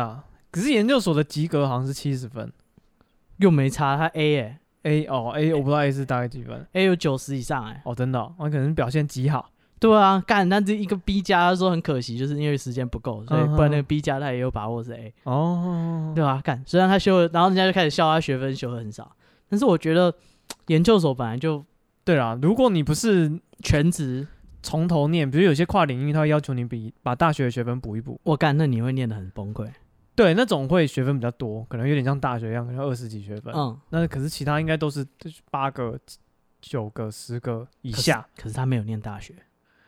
可是研究所的及格好像是七十分， 又没差，他 A 哎、 欸、，A 哦 A 我不知道 A 是大概几分 ，A 有九十以上哎、欸， 哦真的、哦，我可能表现极好。 对啊，干，但这一个 B 加，他说很可惜，就是因为时间不够，所以不然那个 B 加他也有把握是 A。哦，对啊，干，虽然他修了，然后人家就开始笑他学分修的很少，但是我觉得研究所本来就， 对啦，如果你不是全职从头念，比如有些跨领域，他会要求你比把大学的学分补一补。 我干，那你会念得很崩溃。 对，那种会学分比较多，可能有点像大学一样，可能二十几学分。嗯，那可是其他应该都是八个、九个、十个以下。 可是, 可是他没有念大学。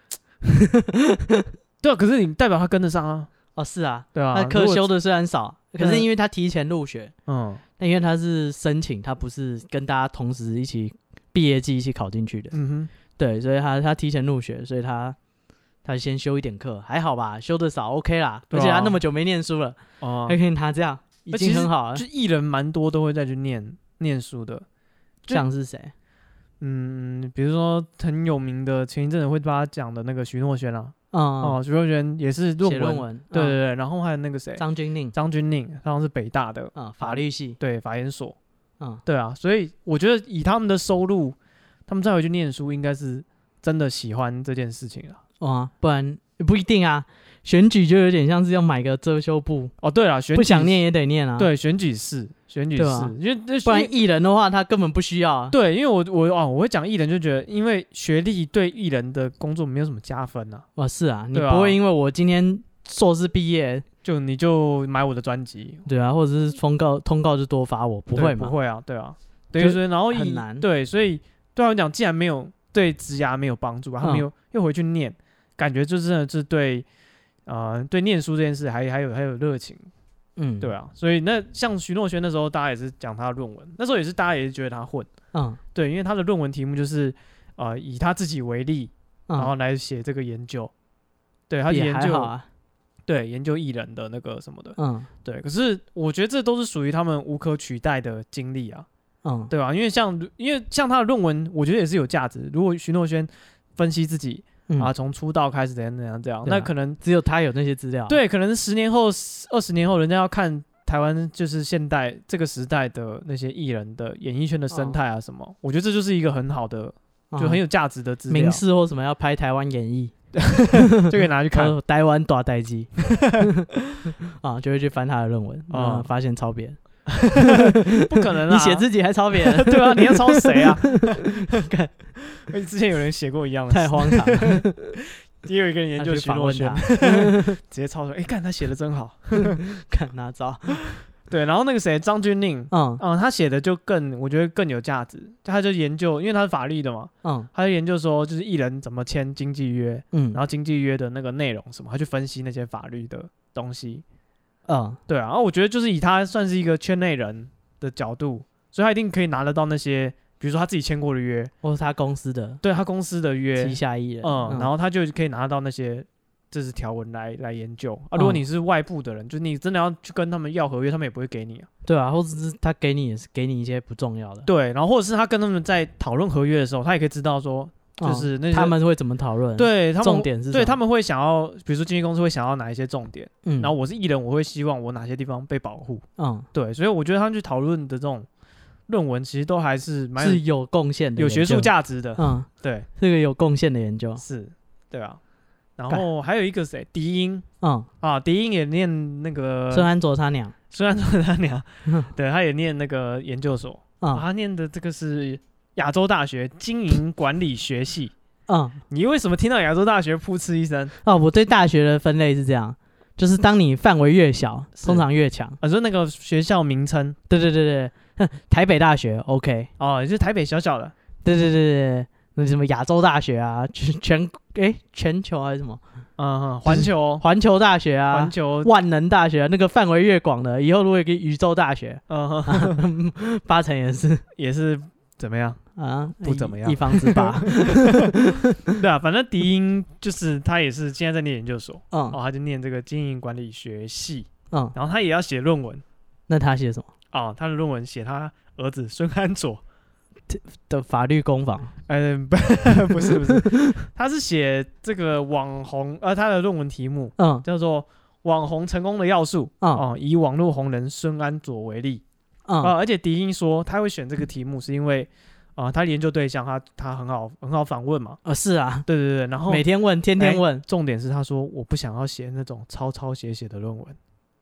对啊，可是你代表他跟得上啊。 哦，是啊， 对啊， 他课修的虽然少，可是因为他提前入学，嗯，但因为他是申请，他不是跟大家同时一起毕业季一起考进去的，嗯哼，对，所以他他提前入学，所以他他先修一点课，还好吧，修的少 OK 啦，啊、而且他那么久没念书了，哦，还可以他这样，已经很好了。 就艺人蛮多都会再去念念书的， 像是谁？ 嗯，比如说很有名的，前一阵子会把他讲的那个徐若瑄啊，嗯、哦，徐若瑄也是论文， 写论文， 对对对，然后还有那个谁， 张钧甯， 张钧甯，他好像是北大的， 嗯，法律系， 对，法研所，嗯，对啊，所以我觉得以他们的收入，他们再回去念书，应该是真的喜欢这件事情了， 哇，不然不一定啊。选举就有点像是要买个遮羞布哦，对了，选举不想念也得念啊。 对，选举是选举是，啊、因为不然艺人的话他根本不需要、啊。 对，因为我我哦，我会讲艺人就觉得，因为学历对艺人的工作没有什么加分啊。 哦，是啊，你不会因为我今天硕士毕业就你就买我的专辑， 对啊，或者是通告通告就多发我，不会嘛？不会啊，对啊，对，所以然后很难， 对，所以对他们讲，既然没有对职涯没有帮助，他们又、嗯、又回去念，感觉就真的是对。呃，对念书这件事还还有还有热情，嗯，对啊，所以那像徐若瑄那时候，大家也是讲她的论文，那时候也是大家也是觉得她混，嗯，对，因为她的论文题目就是呃以她自己为例，嗯、然后来写这个研究，对，她研究， 啊、 对，研究艺人的那个什么的，嗯，对，可是我觉得这都是属于他们无可取代的经历啊，嗯，对吧？因为像因为像她的论文，我觉得也是有价值。如果徐若瑄分析自己。嗯、啊，从出道开始怎样怎样这样，啊、那可能只有他有那些资料。 对，可能十年后、二十年后，人家要看台湾就是现代这个时代的那些艺人的演艺圈的生态啊什么，哦、我觉得这就是一个很好的，就很有价值的资料。 民视或什么要拍台湾演艺， 就可以拿去看台湾大代志啊，就会去翻他的论文啊、嗯，发现抄别人。 不可能啊！ 你写自己还抄别人？ 对啊，你要抄谁啊？看，之前有人写过一样的， 太荒唐了。 也有一个人研究徐若瑄，直接抄出来，哎、欸，看他写的真好， 看哪招？ 对，然后那个谁，张钧甯，嗯嗯，他写的就更，我觉得更有价值。他就研究，因为他是法律的嘛，嗯，他就研究说，就是艺人怎么签经纪约，嗯，然后经纪约的那个内容什么，他去分析那些法律的东西。嗯，对啊，然后我觉得就是以他算是一个圈内人的角度，所以他一定可以拿得到那些，比如说他自己签过的约， 或是他公司的， 对他公司的约， 旗下艺人， 嗯，嗯然后他就可以拿得到那些这是条文来来研究啊。如果你是外部的人，嗯、就是你真的要去跟他们要合约，他们也不会给你啊。 对啊，或者是他给你也是给你一些不重要的。 对，然后或者是他跟他们在讨论合约的时候，他也可以知道说。就是那些、 哦、他们会怎么讨论？ 对，他们重点是什么？ 对他们会想要，比如说经纪公司会想要哪一些重点，嗯，然后我是艺人，我会希望我哪些地方被保护，嗯，对，所以我觉得他们去讨论的这种论文，其实都还是蛮是有贡献的， 有学术价值的，嗯，对， 这个有贡献的研究是，对啊。然后还有一个谁，狄英，嗯啊，狄英也念那个孙安佐他娘， 孙安佐他娘，对，他也念那个研究所，嗯，他念的这个是。亚洲大学经营管理学系，嗯，你为什么听到亚洲大学噗嗤一声？ 哦，我对大学的分类是这样，就是当你范围越小，通常越强。 啊，说那个学校名称， 对对对对，台北大学 OK， 哦，就是台北小小的， 对对对对，那什么亚洲大学啊，全哎全球还是什么？ 嗯，环球环球大学啊， 环球万能大学、啊，那个范围越广的，以后如果有个宇宙大学，嗯，八成也是也是。怎么样啊？ 不怎么样， 一方之霸。 对啊，反正狄英就是他也是现在在念研究所，嗯，哦，他就念这个经营管理学系，嗯，然后他也要写论文。 那他写什么？ 哦，他的论文写他儿子孙安佐的法律攻防。 嗯，不是不是，他是写这个网红，呃，他的论文题目，嗯，叫做网红成功的要素、嗯哦、以网络红人孙安佐为例、嗯呃、而且迪英说他会选这个题目是因为、呃、他研究对象他他很好很好访问嘛、 呃、是啊， 对对对，然后每天问天天问、欸、 重点是他说我不想要写那种抄抄写写的论文。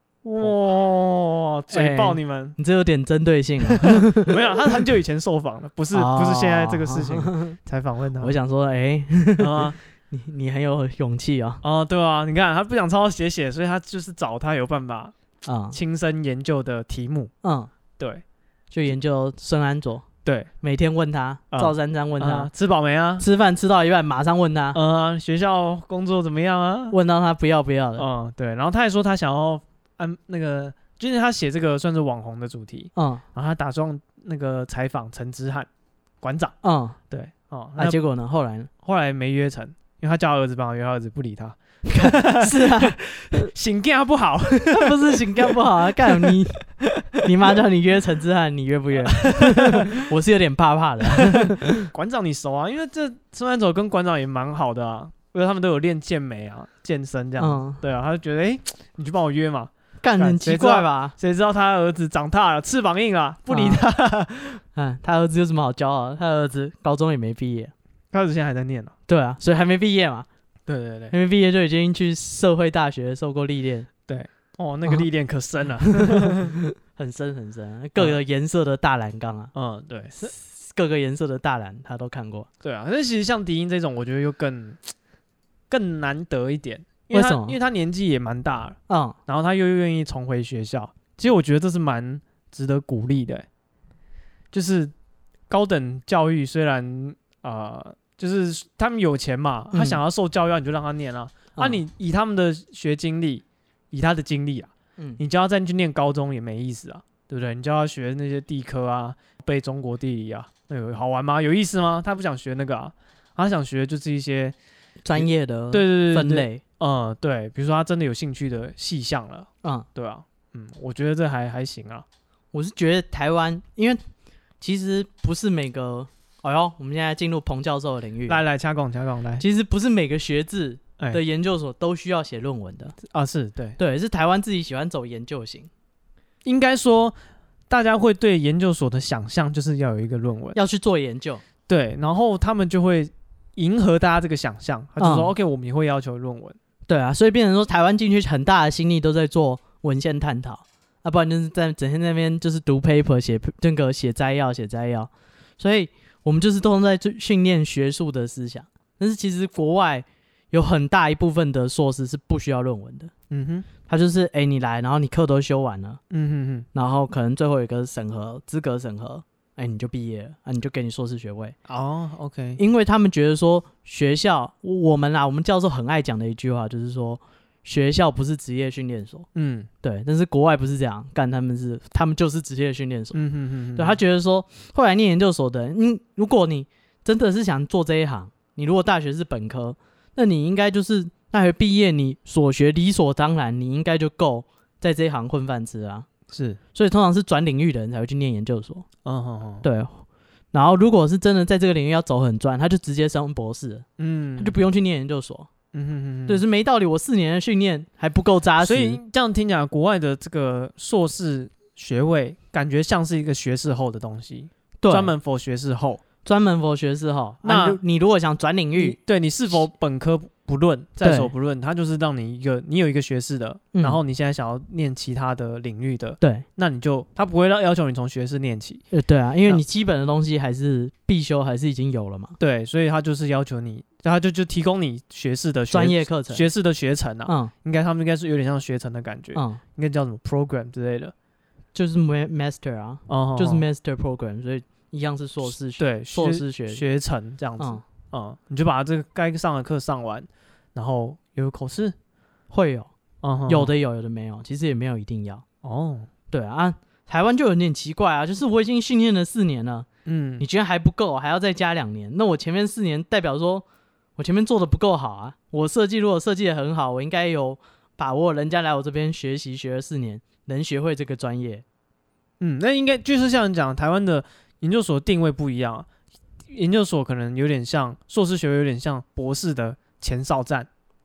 哇，嘴爆你们、欸！ 你这有点针对性啊！ 没有，他很久以前受访了，不是、哦、不是现在这个事情才访问他。 我想说，哎、欸啊，你你很有勇气啊！ 哦，对啊，你看他不想抄抄写写，所以他就是找他有办法啊亲身研究的题目。嗯，对， 就研究孙安佐。对，每天问他，嗯、照三餐问他、 嗯、吃饱没啊？ 吃饭吃到一半马上问他， 嗯，学校工作怎么样啊？ 问到他不要不要的。 嗯，对，然后他还说他想要。按那个，就是他写这个算是网红的主题，嗯，然后他打算那个采访陈之汉馆长，嗯，对，哦， 那、啊、结果呢？后来呢？ 后来没约成，因为他叫他儿子帮他约，他儿子不理他。 是啊， 性格不好， 不是性格不好啊，干你你妈叫你约陈之汉，你约不约？我是有点怕怕的、啊。 馆长你熟啊？因为这孙安佐跟馆长也蛮好的啊，因为他们都有练健美啊、健身这样，嗯、对啊，他就觉得，哎、欸，你去帮我约嘛。 干很奇怪吧？ 谁知道他儿子长大了，翅膀硬了，不理他。 嗯、啊，他儿子有什么好骄傲的？他儿子高中也没毕业， 他儿子现在还在念呢、啊。 对啊，所以还没毕业嘛。 对对对， 还没毕业就已经去社会大学受过历练。 对，哦，那个历练可深了， 很深很深，各个颜色的大蓝缸啊。 嗯，对， 各个颜色的大蓝他都看过。 对啊，但其实像迪英这种，我觉得又更更难得一点。因为他为什么？ 因为他年纪也蛮大了，嗯，然后他又愿意重回学校，其实我觉得这是蛮值得鼓励的。就是高等教育虽然呃，就是他们有钱嘛，他想要受教育，你就让他念啊。嗯、啊，你以他们的学经历，以他的经历啊，嗯，你叫他再去念高中也没意思啊，对不对？你叫他学那些地科啊，背中国地理啊，那有好玩吗？有意思吗？他不想学那个啊，他想学就是一些专业的对对对分类。 嗯，对，比如说他真的有兴趣的细项了，嗯，对啊，嗯，我觉得这还还行啊。 我是觉得台湾，因为其实不是每个，哎呦，我们现在进入彭教授的领域， 来来，掐拱掐拱来， 其实不是每个学制的研究所都需要写论文的、欸、 啊，是对对，是台湾自己喜欢走研究型， 应该说大家会对研究所的想象就是要有一个论文， 要去做研究， 对，然后他们就会迎合大家这个想象，他就说、嗯、OK， 我们也会要求论文。 对啊，所以变成说台湾进去很大的心力都在做文献探讨，啊，不然就是在整天那边就是读 paper 写那个写摘要写摘要，所以我们就是都在训练学术的思想。但是其实国外有很大一部分的硕士是不需要论文的，嗯哼，他就是哎、欸、你来，然后你课都修完了，嗯哼哼，然后可能最后有一个审核资格审核。哎、欸，你就毕业了啊，你就给你硕士学位哦、oh, ，OK。 因为他们觉得说学校，我们啦，我们教授很爱讲的一句话就是说，学校不是职业训练所，嗯，对。但是国外不是这样，干他们是，他们就是职业训练所，嗯哼哼哼。对，他觉得说，后来念研究所的人，嗯，如果你真的是想做这一行，你如果大学是本科，那你应该就是大学毕业，你所学理所当然，你应该就够在这一行混饭吃啊。是，所以通常是转领域的人才会去念研究所。嗯哼哼，对。然后如果是真的在这个领域要走很专，他就直接升博士了，嗯，他就不用去念研究所。嗯哼哼哼，对，是没道理。我四年的训练还不够扎实， 所以这样听起来，国外的这个硕士学位感觉像是一个学士后的东西，对，专门 for 学士后， 专门 for 学士后。那、啊、你如果想转領域， 对你是否本科不論，在所不論，它就是让你一个你有一个学士的、嗯，然后你现在想要念其他的领域的，对，那你就他不会要求你从学士念起， 呃，对啊，因为你基本的东西还是必修，还是已经有了嘛， 对，所以他就是要求你，他就就提供你学士的专业课程， 学士的学程啊，嗯，应该他们应该是有点像学程的感觉，嗯，应该叫什么 program 之类的， 就是 master 啊，哦，就是 master program， 所以一样是硕士学， 对， 硕士学学程这样子，嗯，嗯，你就把这个该上的课上完。然后有口试， 会有，嗯，有的有，有的没有，其实也没有一定要。哦，对啊，台湾就有点奇怪啊，就是我已经训练了四年了，嗯，你居然还不够，还要再加两年，那我前面四年代表说我前面做的不够好啊。我设计如果设计的很好，我应该有把握人家来我这边学习学了四年，能学会这个专业。 嗯，那应该就是像你讲，台湾的研究所定位不一样啊，研究所可能有点像硕士学位，有点像博士的前哨站，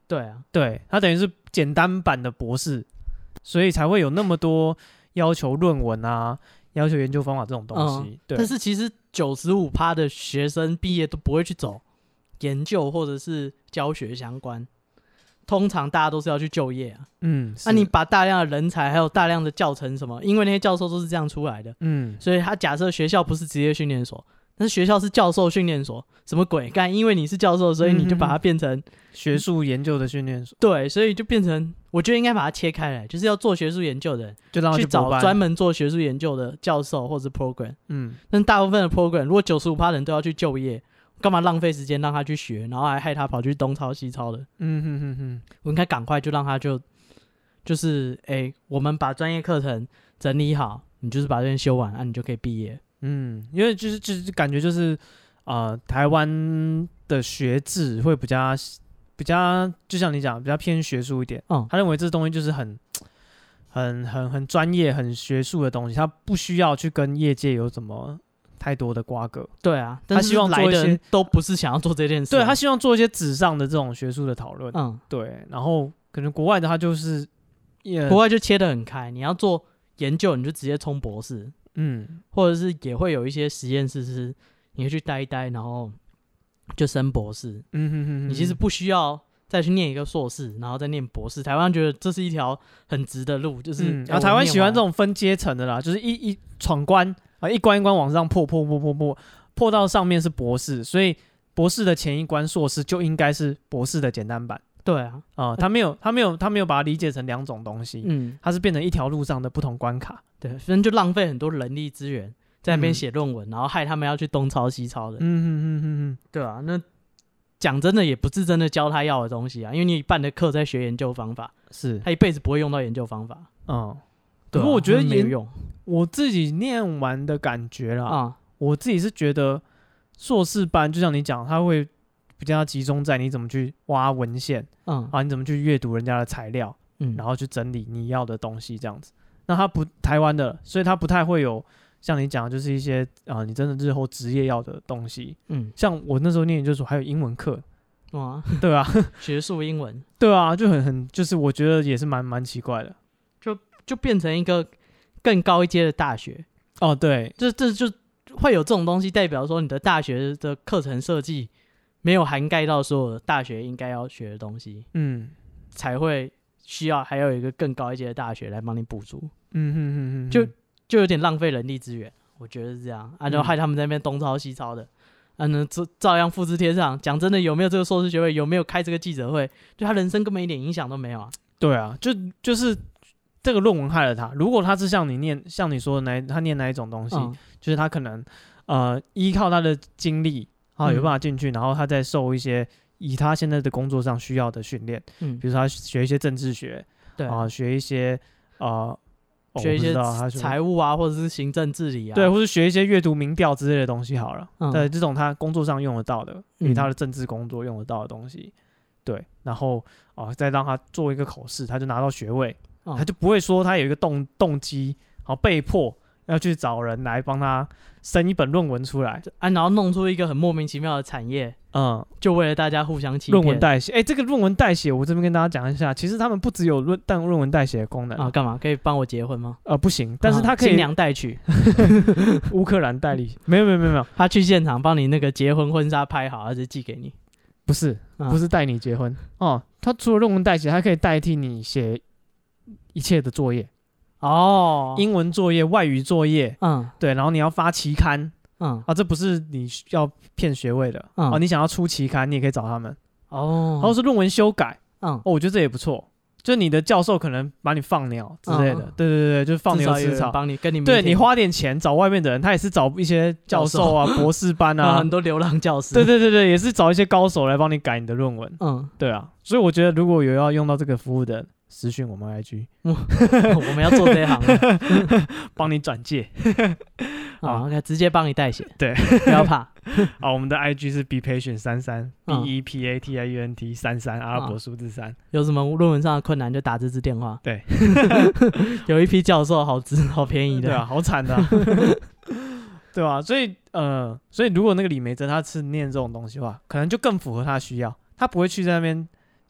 对啊， 对，它等于是简单版的博士，所以才会有那么多要求论文啊，要求研究方法这种东西。嗯、对， 但是其实 百分之九十五 的学生毕业都不会去走研究或者是教学相关，通常大家都是要去就业啊。嗯，那、啊、你把大量的人才还有大量的教程什么，因为那些教授都是这样出来的。嗯，所以他假设学校不是职业训练所。但是学校是教授训练所，什么鬼干？因为你是教授，所以你就把它变成、嗯、 学术研究的训练所。 对，所以就变成，我觉得应该把它切开来，就是要做学术研究的人， 就让他 去, 去找专门做学术研究的教授或者 program。嗯，但大部分的 program， 如果 百分之九十五 的人都要去就业，干嘛浪费时间让他去学，然后还害他跑去东抄西抄的？嗯哼哼哼，我应该赶快就让他就就是哎、欸，我们把专业课程整理好，你就是把这边修完，啊，你就可以毕业。嗯， 因为就是就是感觉就是，呃，台湾的学制会比较比较，就像你讲，比较偏学术一点。嗯，他认为这东西就是很很很很专业、很学术的东西，他不需要去跟业界有什么太多的瓜葛。 对啊，他希望做一些都不是想要做这件事、啊。 对，他希望做一些纸上的这种学术的讨论。嗯，对，然后可能国外的他就是， 国外就切得很开，你要做研究，你就直接冲博士。嗯，或者是也会有一些实验室是你会去待一待，然后就升博士。嗯哼哼哼，你其实不需要再去念一个硕士，然后再念博士。台湾觉得这是一条很直的路，就是、嗯欸、啊，台湾喜欢这种分阶层的啦，就是一一闯关啊，一关一关往上破破破破破，破到上面是博士，所以博士的前一关硕士就应该是博士的简单版。 对啊， 啊、呃，他没有，他没有，他没有把它理解成两种东西，嗯，它是变成一条路上的不同关卡， 对，所以就浪费很多人力资源在那边写论文、嗯，然后害他们要去东抄西抄的，嗯嗯嗯嗯嗯，对啊，那讲真的也不是真的教他要的东西啊，因为你办的课在学研究方法， 是他一辈子不会用到研究方法， 嗯，对、啊，不过我觉得没有用，我自己念完的感觉啦，啊、嗯，我自己是觉得硕士班就像你讲，他会比较集中在你怎么去挖文献，嗯，啊，你怎么去阅读人家的材料，嗯，然后去整理你要的东西这样子。那他不台湾的，所以他不太会有像你讲的，就是一些啊、呃，你真的日后职业要的东西，嗯，像我那时候念研究所还有英文课，哇，对啊， 学术英文， 对啊，就很很就是我觉得也是蛮蛮奇怪的， 就就变成一个更高一阶的大学， 哦，对， 这这就会有这种东西，代表说你的大学的课程设计没有涵盖到所有的大学应该要学的东西，嗯，才会需要还有一个更高一阶的大学来帮你补足，嗯哼哼哼，就就有点浪费人力资源，我觉得是这样，啊，然后害他们在那边东抄西抄的，啊，呢照照样复制贴上。讲真的，有没有这个硕士学位，有没有开这个记者会，对他人生根本一点影响都没有啊。 对啊，就就是这个论文害了他。如果他是像你念，像你说的哪，他念哪一种东西，嗯、就是他可能呃依靠他的经历。啊，有办法进去，然后他再受一些以他现在的工作上需要的训练，嗯，比如说他学一些政治学，对啊，学一些呃， 学一些财务啊，或者是行政治理啊， 对，或者学一些阅读民调之类的东西好了，嗯、对，这种他工作上用得到的，以他的政治工作用得到的东西，嗯、对，然后啊、呃，再让他做一个口试，他就拿到学位，嗯、他就不会说他有一个动动机，好被迫要去找人来帮他生一本论文出来啊，然后弄出一个很莫名其妙的产业，嗯，就为了大家互相欺骗。 论文代写，哎、欸，这个论文代写，我这边跟大家讲一下，其实他们不只有论但论文代写的功能啊，干嘛？可以帮我结婚吗？ 呃，不行，但是他可以、 啊、新娘代取， 乌克兰代理，没有没有没有没有， 他去现场帮你那个结婚婚纱拍好，而且寄给你， 不是、啊、不是带你结婚哦，他除了论文代写，还可以代替你写一切的作业。哦，英文作业、外语作业，嗯，对，然后你要发期刊，嗯，啊，这不是你要骗学位的，嗯，哦，你想要出期刊，你也可以找他们，哦，或是论文修改，嗯，哦，我觉得这也不错，就你的教授可能把你放鸟之类的，嗯、对对对，就是放牛吃草， 帮你跟你对你花点钱找外面的人，他也是找一些教授啊、博士班啊， 很多流浪教师， 对对对对，也是找一些高手来帮你改你的论文，嗯，对啊，所以我觉得如果有要用到这个服务的人，私讯我们 I G， 我们要做这一行， 帮你转介， 好 ，OK， 直接帮你代写， 对， 不要怕。 好，我们的 I G 是 be patient 三三 b e p a t i u n t 三三，阿拉伯数字三。 有什么论文上的困难就打这支电话。 对， 有一批教授好值好便宜的， 对啊，好惨的、啊，对吧、啊？所以呃，所以如果那个李梅珍他是念这种东西的话，可能就更符合他的需要，他不会去在那边。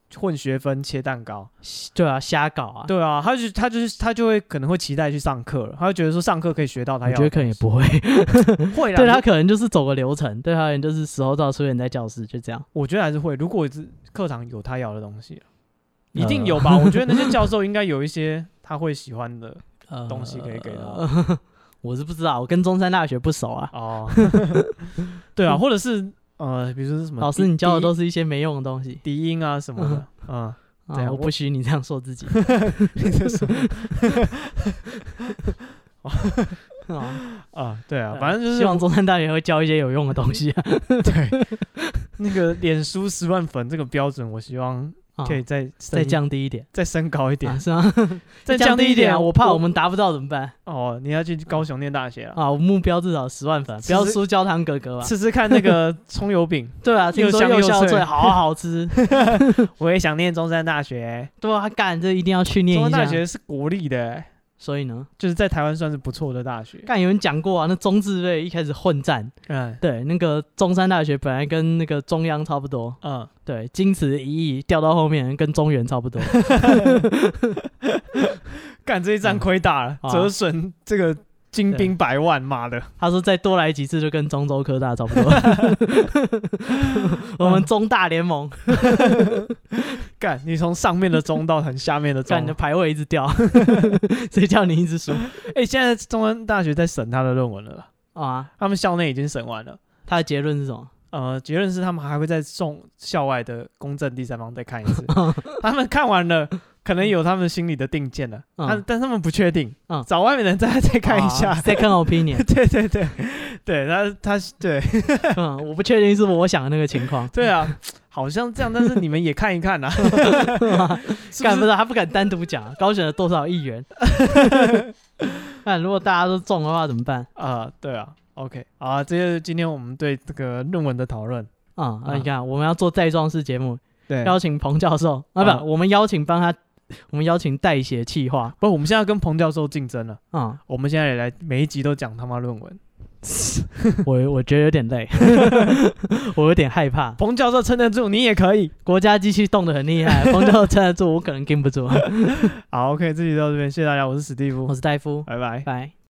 混学分切蛋糕， 对啊，瞎搞啊， 对啊，他就他就是他就会可能会期待去上课了，他就觉得说上课可以学到他要的。 我觉得可能也不会， 会啦， 对他可能就是走个流程，对他而言就是时候到出现在教室就这样。 我觉得还是会，如果是课堂有他要的东西，一定有吧？呃、我觉得那些教授应该有一些他会喜欢的东西可以给他。呃、 我是不知道，我跟中山大学不熟啊。哦， 对啊，或者是。呃，比如说是什么？ 老师，你教的都是一些没用的东西， 笛音啊什么的。嗯， 对啊，我不许你这样说自己。 你在说？啊，对啊，反正就是希望中山大学会教一些有用的东西啊。 对，那个脸书十万粉这个标准，我希望可以再再降低一点， 再升高一点， 是吗？再降低一点，我怕我们达不到怎么办？ 哦，你要去高雄念大学了啊！我目标至少十万粉，不要输焦糖哥哥吧。 吃吃看那个葱油饼， 对啊，听说又香又脆，好好吃。 我也想念中山大学。 对啊，干这一定要去念一下。 中山大学是国立的。 所以呢， 就是在台湾算是不错的大学。 刚有人讲过啊，那中字辈一开始混战，嗯，对，那个中山大学本来跟那个中央差不多，嗯，对，经此一役调到后面跟中原差不多。 干这一战亏大了，嗯、折损这个精兵百万，妈的！ 他说再多来几次就跟中州科大差不多。我们中大联盟。 干，你从上面的中到很下面的中， 干你的排位一直掉，谁叫你一直输？ 哎、欸，现在中山大学在审他的论文了啊， 他们校内已经审完了。 他的结论是什么？ 呃，结论是他们还会再送校外的公正第三方再看一次。他们看完了，可能有他们心里的定见了，嗯、但但他们不确定，嗯、找外面的人再再看一下、 哦、，second opinion。 对对对，对他他对， 嗯，我不确定是我想的那个情况。 对啊，好像这样，但是你们也看一看啊。 干不是他不敢单独讲，高选了多少亿元？那如果大家都中的话怎么办？ 啊、呃，对啊。OK， 好啊，这就是今天我们对这个论文的讨论啊、嗯。那你看，我们要做再壮士节目， 对， 邀请彭教授啊，不，我们邀请帮他，我们邀请代写企划。 不，我们现在要跟彭教授竞争了啊、嗯！我们现在也来每一集都讲他妈论文， 我我觉得有点累，我有点害怕。 彭教授撑得住，你也可以。 国家机器动得很厉害，彭教授撑得住，我可能跟不住。 好 ，OK， 这集到这边，谢谢大家，我是史蒂夫， 我是戴夫， 拜拜， 拜。